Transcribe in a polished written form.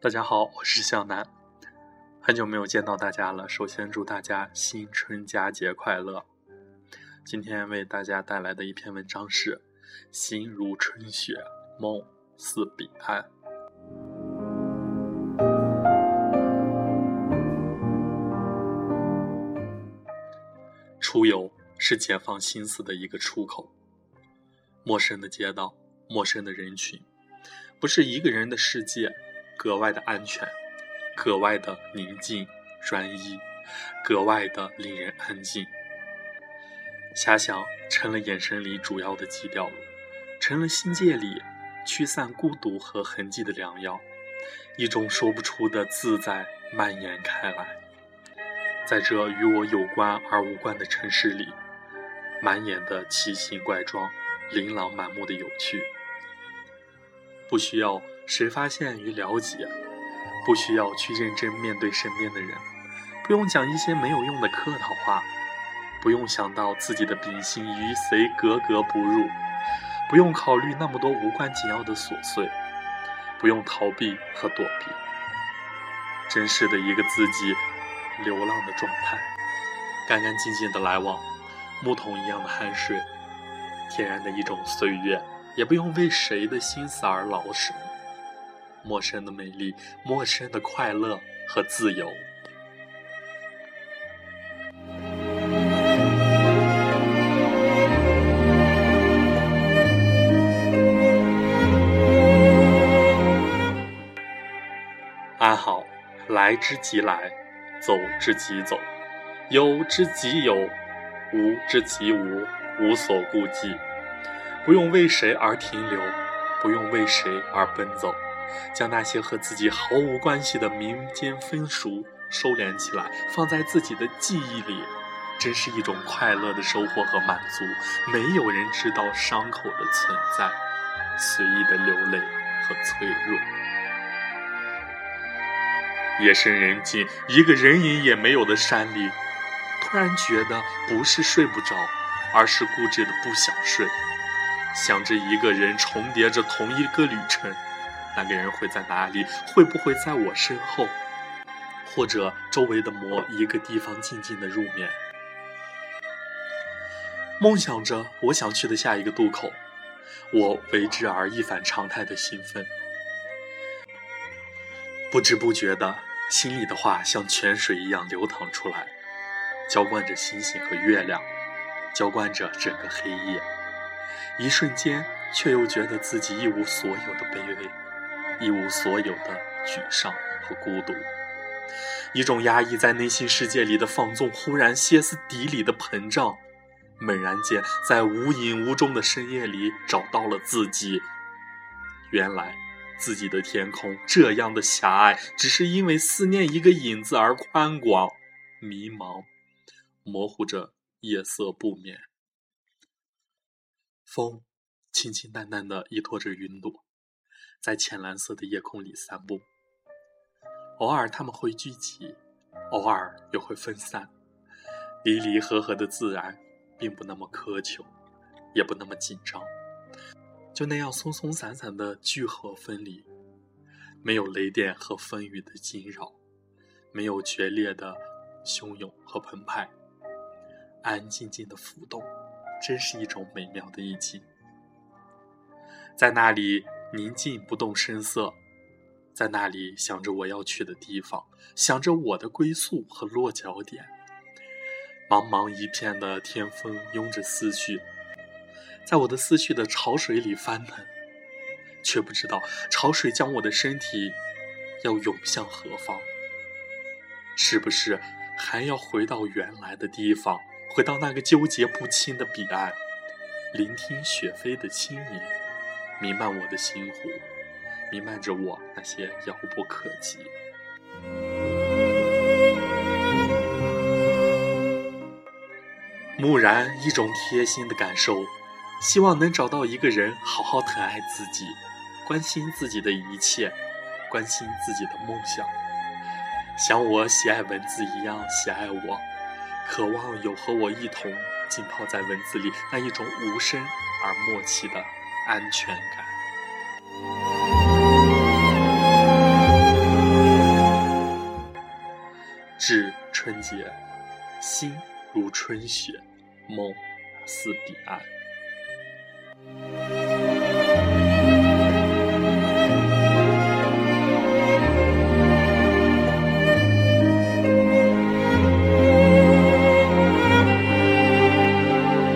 大家好，我是向南，很久没有见到大家了。首先祝大家新春佳节快乐。今天为大家带来的一篇文章是心如春雪，梦似彼岸。出游是解放心思的一个出口。陌生的街道，陌生的人群，不是一个人的世界，格外的安全，格外的宁静专一，格外的令人安静。遐想成了眼神里主要的基调，成了心界里驱散孤独和痕迹的良药，一种说不出的自在蔓延开来。在这与我有关而无关的城市里，满眼的奇形怪状，琳琅满目的有趣。不需要谁发现与了解，不需要去认真面对身边的人，不用讲一些没有用的客套话，不用想到自己的秉性与谁格格不入，不用考虑那么多无关紧要的琐碎，不用逃避和躲避，真实的一个自己流浪的状态，干干净净的来往，牧童一样的酣睡，天然的一种岁月，也不用为谁的心思而劳神。陌生的美丽，陌生的快乐和自由。安好，来之即来，走之即走，有之即有，无之即无，无所顾忌。不用为谁而停留，不用为谁而奔走，将那些和自己毫无关系的民间风俗收敛起来，放在自己的记忆里，真是一种快乐的收获和满足。没有人知道伤口的存在，随意的流泪和脆弱。夜深人静，一个人影也没有的山里，突然觉得不是睡不着，而是固执的不想睡，想着一个人重叠着同一个旅程，那个人会在哪里？会不会在我身后？或者周围的某一个地方静静的入眠。梦想着我想去的下一个渡口，我为之而一反常态的兴奋。不知不觉的，心里的话像泉水一样流淌出来，浇灌着星星和月亮，浇灌着整个黑夜。一瞬间，却又觉得自己一无所有的卑微，一无所有的沮丧和孤独。一种压抑在内心世界里的放纵，忽然歇斯底里的膨胀，猛然间在无影无踪的深夜里找到了自己。原来自己的天空这样的狭隘，只是因为思念一个影子而宽广迷茫，模糊着夜色不眠。风清清淡淡地依托着云朵，在浅蓝色的夜空里散步。偶尔他们会聚集，偶尔又会分散。离离合合的自然并不那么苛求，也不那么紧张，就那样松松散散的聚合分离，没有雷电和风雨的惊扰，没有决裂的汹涌和澎湃，安安静静的浮动，真是一种美妙的意境。在那里宁静不动声色，在那里想着我要去的地方，想着我的归宿和落脚点。茫茫一片的天风拥着思绪，在我的思绪的潮水里翻腾，却不知道潮水将我的身体要涌向何方。是不是还要回到原来的地方，回到那个纠结不清的彼岸，聆听雪飞的轻吟，弥漫我的心湖，弥漫着我那些遥不可及。蓦然一种贴心的感受，希望能找到一个人好好疼爱自己，关心自己的一切，关心自己的梦想，像我喜爱文字一样喜爱我，渴望有和我一同浸泡在文字里那一种无声而默契的安全感。 春节，心如春雪，梦似彼岸。